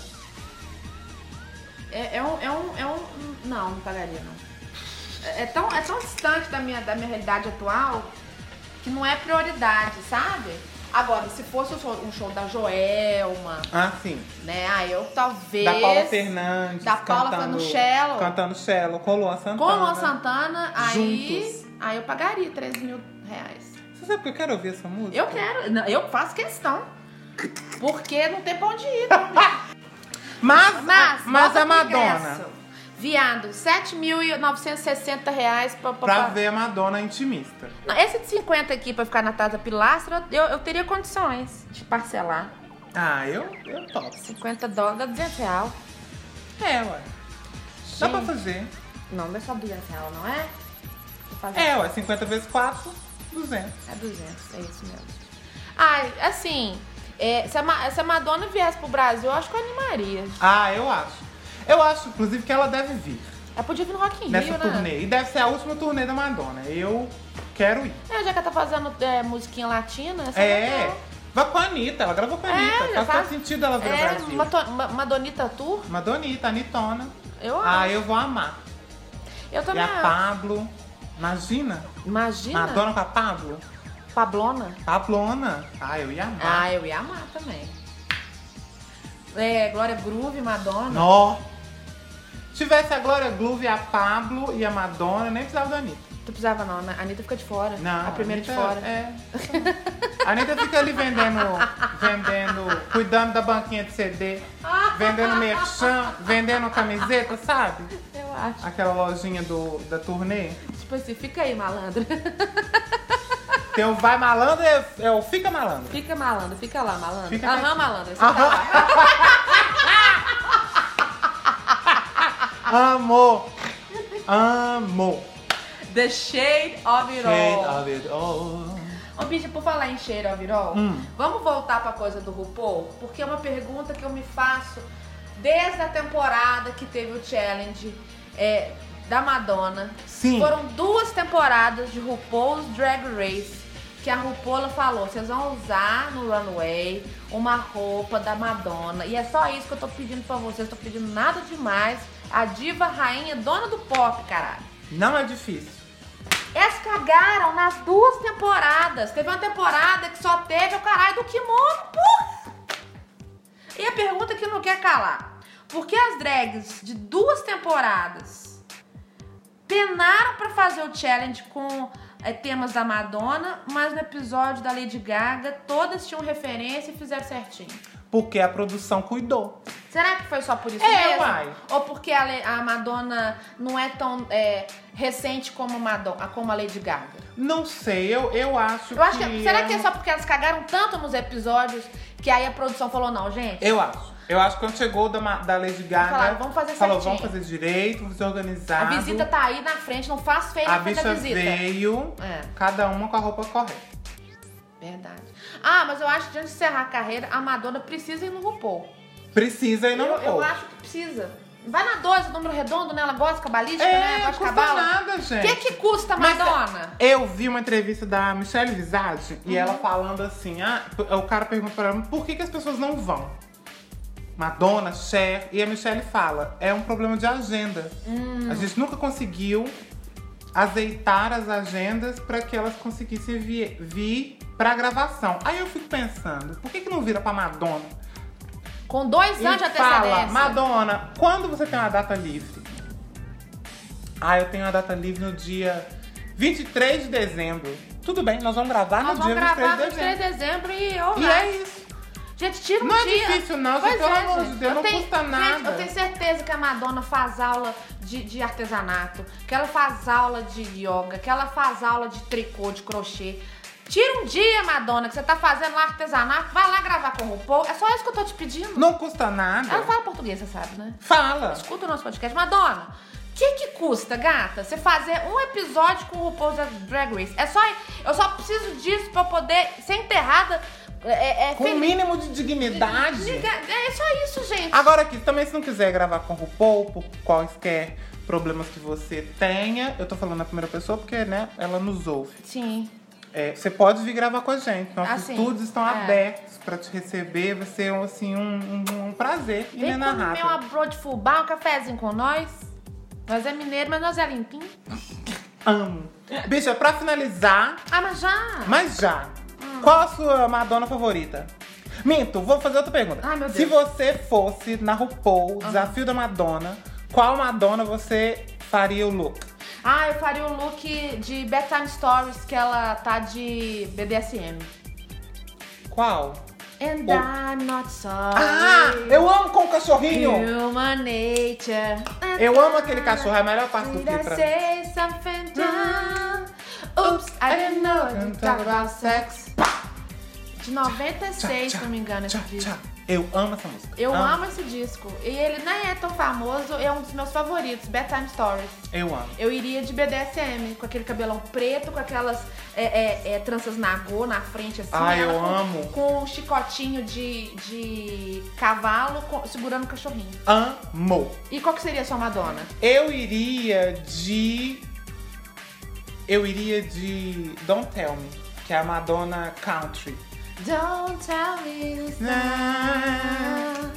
É, é, um, é, um, é um. Não, não pagaria, não. É, é tão, é tão distante da minha, da minha realidade atual que não é prioridade, sabe? Agora, se fosse um show, um show da Joelma, Ah, sim. né? Aí eu talvez. Da Paula Fernandes. Da Paula cantando, no cello. Cantando cello. Com Luan Santana. Com o Luan Santana, aí. Juntos. Aí eu pagaria treze mil reais. Você sabe que eu quero ouvir essa música? Eu quero, não, eu faço questão. Porque não tem pra onde ir, não. Mas, Mas, mas volta a pro Madonna. ingresso. Viado, sete mil novecentos e sessenta reais pra, pra, Pra pra- ver a Madonna intimista. Não, esse de cinquenta aqui pra ficar na Taça Pilastra, eu, eu teria condições de parcelar. Ah, eu, eu topo. cinquenta dólares dá duzentos reais. É, ué. Dá pra Gente. fazer. Não, não é só duzentos reais, não é? Vou fazer. É, ué. cinquenta vezes quatro, duzentos. É duzentos, é isso mesmo. Ai, assim, é, se, a, Ma- se a Madonna viesse pro Brasil, eu acho que eu animaria. Ah, eu acho. Eu acho, inclusive, que ela deve vir Ela podia vir no Rock in nessa Rio, né? turnê. E deve ser a última turnê da Madonna. Eu quero ir. É, já que ela tá fazendo é, musiquinha latina, essa É. legal. Vai com a Anitta. Ela gravou com a Anitta. já faz, faz- todo sentido ela vir ao É, Brasil. uma, to- uma, Madonita Tour, Madonita, Anitona. eu acho. Ah, eu vou amar. Eu E também a acho. Pablo. Imagina. Imagina. Madonna com a Pablo. Pablona. Pablona. Ah, eu ia amar. Ah, eu ia amar também. É, Glória Groove, Madonna. Nó. Tivesse a Glória Groove, a Pablo e a Madonna, nem precisava da Anitta. Tu precisava não, né? A Anitta fica de fora. Não, A primeira de Anitta fora. É. A Anitta fica ali vendendo, vendendo, cuidando da banquinha de C D, vendendo merchan, vendendo camiseta, sabe? Eu acho. Aquela lojinha do, da turnê. Tipo assim, fica aí, malandro. Tem o Vai Malandro e é o Fica Malandro. Fica malandro, fica lá, malandro. Fica Aham, quietinho. malandro. Você Aham. tá lá. Amo! Amo! The Shade of It All. Shade of it all. Ô, bicha, por falar em Shade of It All, Hum. vamos voltar pra coisa do RuPaul? Porque é uma pergunta que eu me faço desde a temporada que teve o challenge é, da Madonna. Sim. Foram duas temporadas de RuPaul's Drag Race que a RuPaul falou, vocês vão usar no runway uma roupa da Madonna. E é só isso que eu tô pedindo pra vocês, tô pedindo nada demais. A diva, rainha, dona do pop, caralho. Não é difícil. Elas cagaram nas duas temporadas. Teve uma temporada que só teve o caralho do kimono, porra! E a pergunta que não quer calar. Por que as drags de duas temporadas penaram pra fazer o challenge com é, temas da Madonna, mas no episódio da Lady Gaga todas tinham referência e fizeram certinho? Porque a produção cuidou. Será que foi só por isso É, mesmo? uai. Ou porque a, Le- a Madonna não é tão é, recente como, a Madonna, como a Lady Gaga? Não sei, eu, eu acho Eu acho que... que, será que é uma- só porque elas cagaram tanto nos episódios que aí a produção falou, não, gente? Eu acho. Eu acho que quando chegou da, Ma- da Lady Gaga... Falaram, vamos fazer Falou, certinho. vamos fazer direito, vamos ser organizado. A visita tá aí na frente, não faz feio A na frente bicha da visita. veio, É. cada uma com a roupa correta. Verdade. Ah, mas eu acho que antes de encerrar a carreira, a Madonna precisa ir no RuPaul. Precisa ir no Eu, eu RuPaul. acho que precisa. Vai na doze, número redondo, né? Ela gosta de cabalística, É, né? Gosta de custa cabala. nada, O gente. que que custa, Mas, Madonna? Eu vi uma entrevista da Michelle Visage e Uhum. ela falando assim, ah, o cara pergunta pra ela, por que, que as pessoas não vão? Madonna, Cher, e a Michelle fala, é um problema de agenda. Hum. A gente nunca conseguiu azeitar as agendas pra que elas conseguissem vir, vir pra gravação. Aí eu fico pensando, por que, que não vira pra Madonna? Com dois anos de E fala, antecedência. Madonna, quando você tem uma data livre? Ah, eu tenho uma data livre no dia vinte e três de dezembro. Tudo bem, nós vamos gravar Nós no vamos dia vinte e três gravar de vinte e três dezembro. de dezembro e eu E é isso. Gente, tira um Não é dia. difícil não, Pois gente, pelo é, amor de gente. Deus, Eu não tenho- custa gente, nada. eu tenho certeza que a Madonna faz aula de, de artesanato, que ela faz aula de yoga, que ela faz aula de tricô, de crochê. Tira um dia, Madonna, que você tá fazendo lá artesanato, vai lá gravar com o RuPaul. É só isso que eu tô te pedindo. Não custa nada. Ela fala português, você sabe, né? Fala. Escuta o nosso podcast. Madonna, o que que custa, gata, você fazer um episódio com o RuPaul's Drag Race? É só... Eu só preciso disso pra eu poder ser enterrada... É, é, Com o feliz. mínimo de dignidade. Diga- É só isso, gente. Agora aqui, também se não quiser gravar com o RuPaul, por quaisquer problemas que você tenha, eu tô falando na primeira pessoa porque, né, ela nos ouve. Sim. É, você pode vir gravar com a gente. Nossos Assim, estúdios estão é. abertos pra te receber. Vai ser assim, um, um, um prazer Vem comer inenarrável. uma broa de fubá, um cafezinho com nós. Nós é mineiro, mas nós é limpinho. Amo. Bicha, pra finalizar, Ah, mas já. mas já, qual a sua Madonna favorita? Minto, vou fazer outra pergunta. Ai, meu Deus. Se você fosse na RuPaul, Desafio da Madonna, qual Madonna você faria o look? Ah, eu faria o look de Bedtime Stories, que ela tá de B D S M. Qual? And Oh. I'm not sorry. Ah, eu amo com o cachorrinho. Human nature. Eu amo aquele cachorro, é a melhor parte do Did I clipe pra mim. say something dumb? Oops, I didn't know you talk about sex. De noventa e seis, se não me engano, esse Tchau, disco. tchau. Eu amo essa música. Eu amo esse disco. E ele nem é tão famoso, é um dos meus favoritos, Bedtime Stories. Eu amo. Eu iria de B D S M, com aquele cabelão preto, com aquelas é, é, é, tranças nagô na frente, assim. Ah, ela eu com, amo. Com um chicotinho de, de cavalo com- segurando o cachorrinho. Amo. E qual que seria a sua Madonna? Eu iria de... Eu iria de Don't Tell Me, que é a Madonna Country. Don't tell me this now.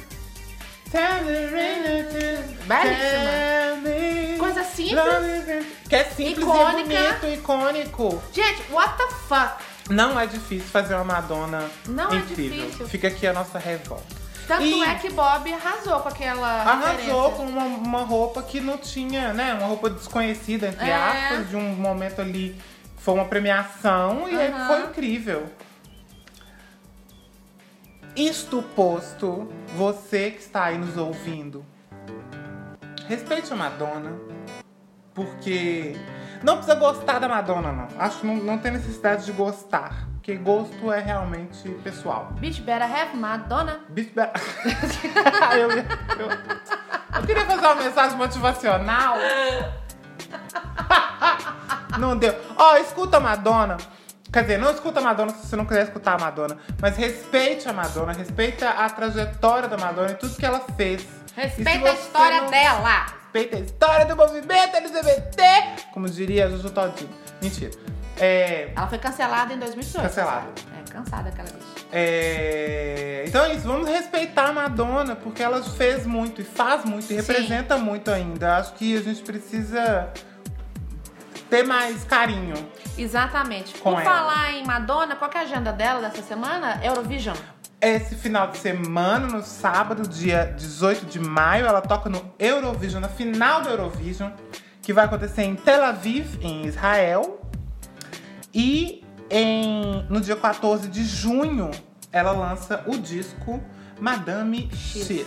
Belíssima. Coisa simples. Que é simples Icônica. e bonito, icônico. Gente, what the fuck? Não é difícil fazer uma Madonna Não é incrível. difícil. Fica aqui a nossa revolta. Tanto E- é que Bob arrasou com aquela Arrasou referência. com uma, uma roupa que não tinha, né? Uma roupa desconhecida, entre É. aspas, de um momento ali. Foi uma premiação e aí Aham. foi incrível. Isto posto, você que está aí nos ouvindo, respeite a Madonna, porque não precisa gostar da Madonna, não. Acho que não, não tem necessidade de gostar, porque gosto é realmente pessoal. Bitch better have Madonna. Bitch, be- eu, eu, Eu queria fazer uma mensagem motivacional. Não deu. Ó, oh, escuta a Madonna. Quer dizer, não escuta a Madonna se você não quiser escutar a Madonna. Mas respeite a Madonna, respeita a trajetória da Madonna e tudo que ela fez. Respeita a história não... dela. Respeita a história do movimento L G B T. Como diria a Juju Todinho. Mentira. É... Ela foi cancelada em dois mil e dezoito. Cancelada. É, cansada aquela bicha. É... Então é isso, vamos respeitar a Madonna, porque ela fez muito e faz muito e representa Sim. muito ainda. Acho que a gente precisa ter mais carinho. Exatamente. Com Por ela. falar em Madonna, qual que é a agenda dela dessa semana? Eurovision. Esse final de semana, no sábado, dia dezoito de maio, ela toca no Eurovision, na final do Eurovision, que vai acontecer em Tel Aviv, em Israel. E em, no dia quatorze de junho, ela lança o disco Madame X. X.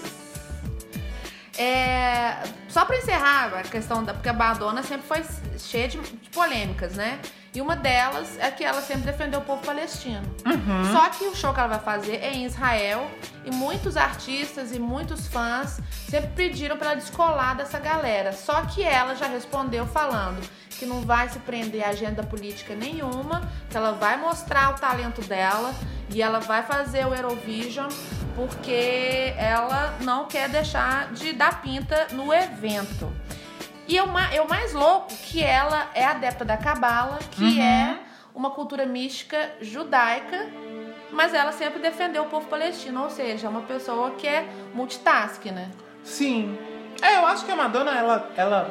É, só pra encerrar a questão da... Porque a Madonna sempre foi cheia de, de polêmicas, né? E uma delas é que ela sempre defendeu o povo palestino. Uhum. Só que o show que ela vai fazer é em Israel. E muitos artistas e muitos fãs sempre pediram pra ela descolar dessa galera. Só que ela já respondeu falando que não vai se prender a agenda política nenhuma, que ela vai mostrar o talento dela e ela vai fazer o Eurovision porque ela não quer deixar de dar pinta no evento. E o mais louco que ela é adepta da Cabala, que uhum. é uma cultura mística judaica, mas ela sempre defendeu o povo palestino, ou seja, é uma pessoa que é multitask, né? Sim. É, eu acho que a Madonna, ela... ela...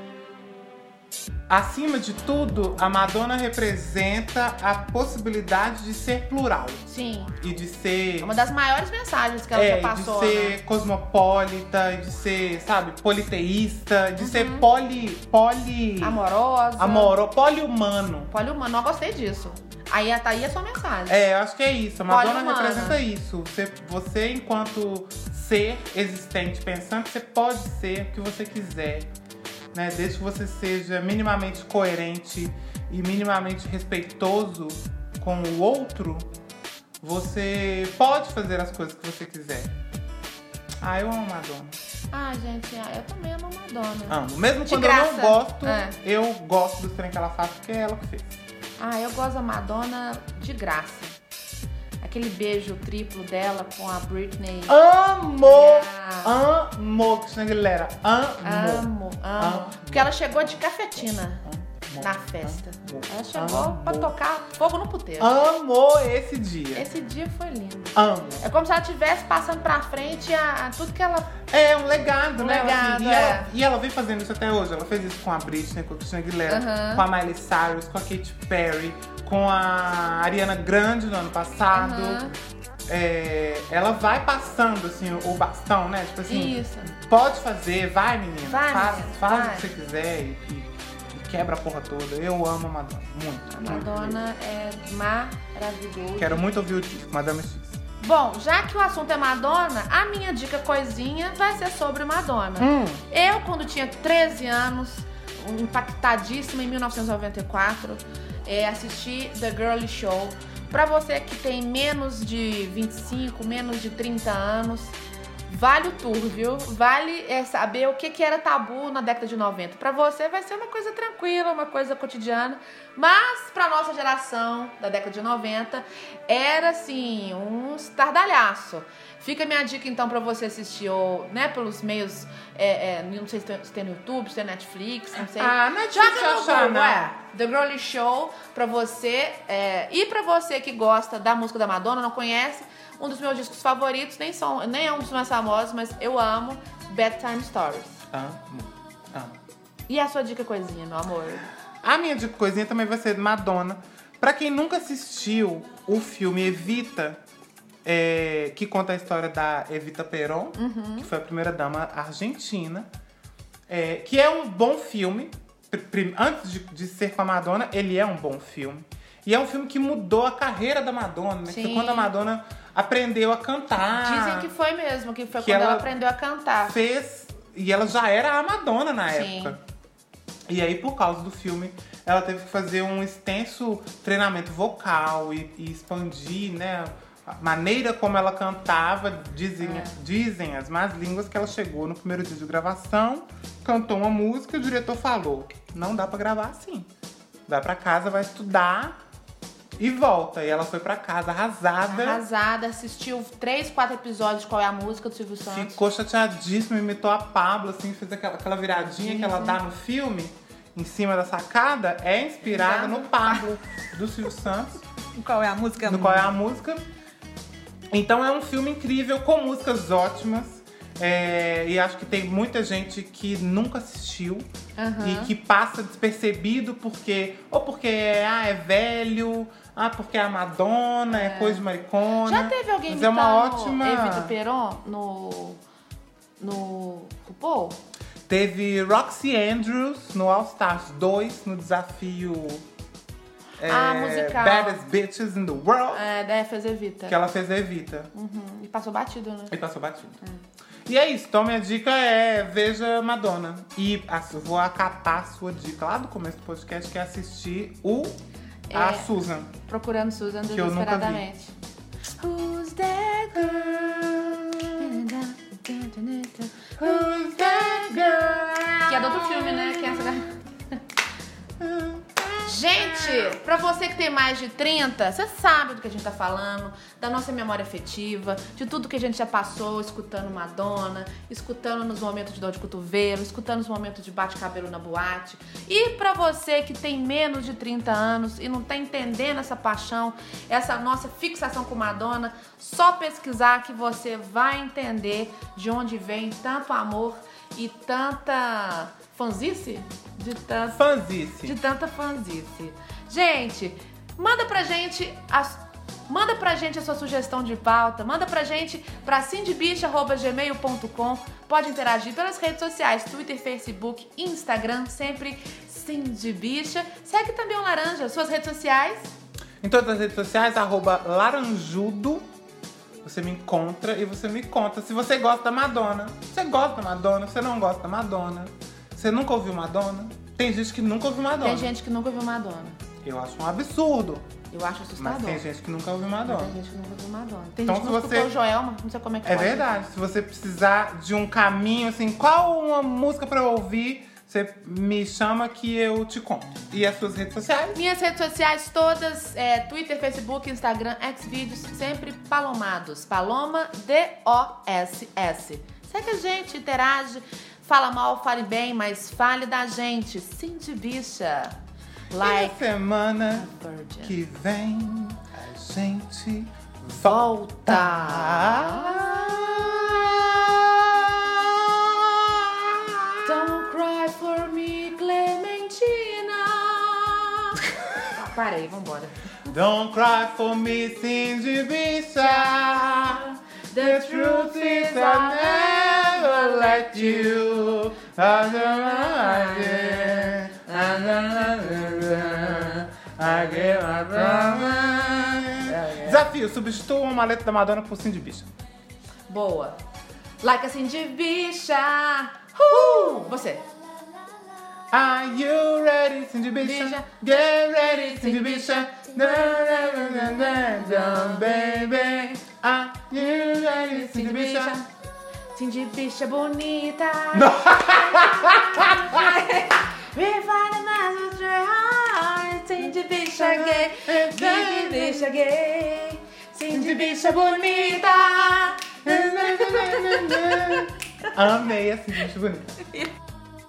Acima de tudo, a Madonna representa a possibilidade de ser plural. Sim. E de ser... Uma das maiores mensagens que ela é, já passou, de ser né? cosmopolita, de ser, sabe, politeísta, de uhum. ser poli... poli... Amorosa. Amoro, poliumano. Poliumano, não gostei disso. Aí tá aí a sua mensagem. É, eu acho que é isso. A Madonna representa isso. Você, você, enquanto ser existente, pensando, você pode ser o que você quiser. Né? Desde que você seja minimamente coerente e minimamente respeitoso com o outro, você pode fazer as coisas que você quiser. Ah, eu amo Madonna. Ah, gente, eu também amo Madonna. Amo. Mesmo De quando graça. eu não gosto, é. eu gosto do trem que ela faz, porque é ela que fez. Ah, eu gosto da Madonna de graça. Aquele beijo triplo dela com a Britney. Amo! Yeah. Amo, Cristina Aguilera. Amo. Amo, amo. amo. Porque ela chegou de cafetina amo, na festa. Amo, ela chegou amo. pra tocar fogo no puteiro. Amo esse dia. Esse dia foi lindo. Amo. É como se ela estivesse passando pra frente a, a tudo que ela... É, um legado, um né? legado, assim, e, é. ela, e ela vem fazendo isso até hoje. Ela fez isso com a Britney, com a Cristina Aguilera, uhum. com a Miley Cyrus, com a Katy Perry, com a Ariana Grande no ano passado. Uhum. É, ela vai passando, assim, o bastão, né? Tipo assim, isso. Pode fazer, vai, menina. Vai, faz menina, faz vai. o que você quiser e, e, e quebra a porra toda. Eu amo a Madonna, muito. A Madonna é maravilhosa. Quero muito ouvir o disco, Madame X. Bom, já que o assunto é Madonna, a minha dica coisinha vai ser sobre Madonna. Hum. Eu, quando tinha treze anos, impactadíssima em mil novecentos e noventa e quatro, é, assisti The Girly Show. Pra você que tem menos de vinte e cinco, menos de trinta anos, vale o tour, viu? Vale é, saber o que, que era tabu na década de noventa. Pra você vai ser uma coisa tranquila, uma coisa cotidiana. Mas pra nossa geração da década de noventa, era assim, um estardalhaço. Fica a minha dica então pra você assistir, ou, né, pelos meios, é, é, não sei se tem, se tem no YouTube, se tem Netflix, não sei. Ah, Netflix Joga no achar, Google, né? é. The Girly Show pra você. É, e pra você que gosta da música da Madonna, não conhece, um dos meus discos favoritos, nem, são, nem é um dos mais famosos, mas eu amo, Bedtime Stories. Amo, amo. E a sua dica coisinha, meu amor? A minha dica coisinha também vai ser Madonna. Pra quem nunca assistiu o filme Evita, é, que conta a história da Evita Peron, uhum. que foi a primeira dama argentina, é, que é um bom filme. Antes de, de ser com a Madonna, ele é um bom filme. E é um filme que mudou a carreira da Madonna, né? Que foi quando a Madonna aprendeu a cantar. Dizem que foi mesmo, que foi que quando ela, ela aprendeu a cantar. Fez, e ela já era a Madonna na Sim. época. E aí, por causa do filme, ela teve que fazer um extenso treinamento vocal e, e expandir, né, a maneira como ela cantava, dizem, é. dizem as más línguas que ela chegou no primeiro dia de gravação, cantou uma música e o diretor falou: não dá pra gravar assim. Vai pra casa, vai estudar e volta. E ela foi pra casa arrasada. Arrasada, assistiu três, quatro episódios de Qual é a Música do Silvio Santos. Ficou chateadíssima, imitou a Pablo, assim, fez aquela, aquela viradinha sim, que ela sim. dá no filme, em cima da sacada, é inspirada no Pablo do Silvio Santos. Qual é a música? No Qual é a Música. Então é um filme incrível, com músicas ótimas. É, e acho que tem muita gente que nunca assistiu uhum. e que passa despercebido porque... Ou porque ah, é velho, ah, porque é a Madonna, é, é coisa de maricona. Já teve alguém mas é uma ótima... Evita Peron no... no RuPaul? Teve Roxy Andrews no All Stars dois, no desafio... É, ah, musical. Baddest Bitches in the World. É, daí fez Evita. Que ela fez Evita. Uhum. E passou batido, né? E passou batido. É. E é isso. Então, minha dica é veja Madonna. E vou acatar a sua dica lá do começo do podcast, que é assistir o é, a Susan. Procurando Susan desesperadamente. Who's that girl? Who's that girl? Que é do outro filme, né? Que é essa da... Gente, pra você que tem mais de trinta, você sabe do que a gente tá falando, da nossa memória afetiva, de tudo que a gente já passou escutando Madonna, escutando nos momentos de dor de cotovelo, escutando nos momentos de bate-cabelo na boate. E pra você que tem menos de trinta anos e não tá entendendo essa paixão, essa nossa fixação com Madonna, só pesquisar que você vai entender de onde vem tanto amor e tanta fanzice? De tanta fanzice. De tanta fanzice. Gente, manda pra gente as, manda pra gente a sua sugestão de pauta, manda pra gente pra cindybicha arroba gmail ponto com. Pode interagir pelas redes sociais, Twitter, Facebook, Instagram, sempre cindybicha. Segue também o Laranja, suas redes sociais? Em todas as redes sociais, arroba laranjudo. Você me encontra e você me conta se você gosta da Madonna. Você gosta da Madonna, você não gosta da Madonna. Você nunca ouviu Madonna? Tem gente que nunca ouviu Madonna. Tem gente que nunca ouviu Madonna. Eu acho um absurdo. Eu acho assustador. Mas tem gente que nunca ouviu Madonna. Tem gente que nunca ouviu Madonna. Tem então, gente que se não você... escutou o Joelma, não sei como é que É pode. verdade. Se você precisar de um caminho, assim, qual uma música pra eu ouvir, você me chama que eu te conto. E as suas redes sociais? Minhas redes sociais todas, é, Twitter, Facebook, Instagram, Xvideos, sempre palomados. Paloma, D O S S. Segue a gente, interage. Fala mal, fale bem, mas fale da gente. Cindybicha. Like. E na semana que vem, a gente volta. Don't cry for me, Clementina. Parei, vambora. Don't cry for me, Cindybicha. The truth is I never let you. I gave my promise. Desafio, substitua uma letra da Madonna por Cindybicha. Boa. Like a Cindybicha. Uh! Você. Are you ready, Cindybicha? Get ready, Cindybicha. Baby. Are you ready, Cindybicha? Cindybicha bonita. We find a master try. Cindybicha gay. Cindybicha gay. Cindybicha bonita. Amei a Cindybicha bonita.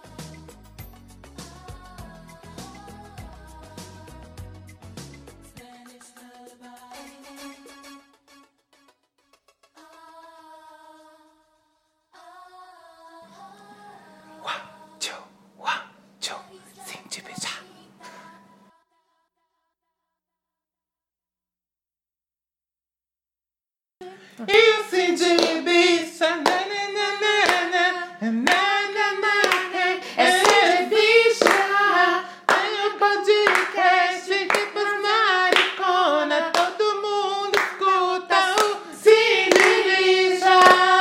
You Cindybicha, na na na na na na na. É Cindybicha, tem um podcast que faz maricona, todo mundo escuta o Cindybicha.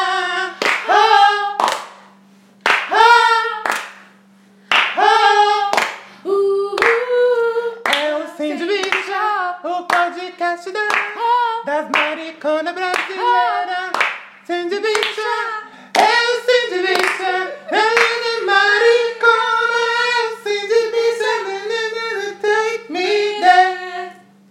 Oh, oh, oh, uh, uh, é o Cindybicha, o podcast da. das mariconas brasileiras. Cindy Bicha, eu Cindy Bicha.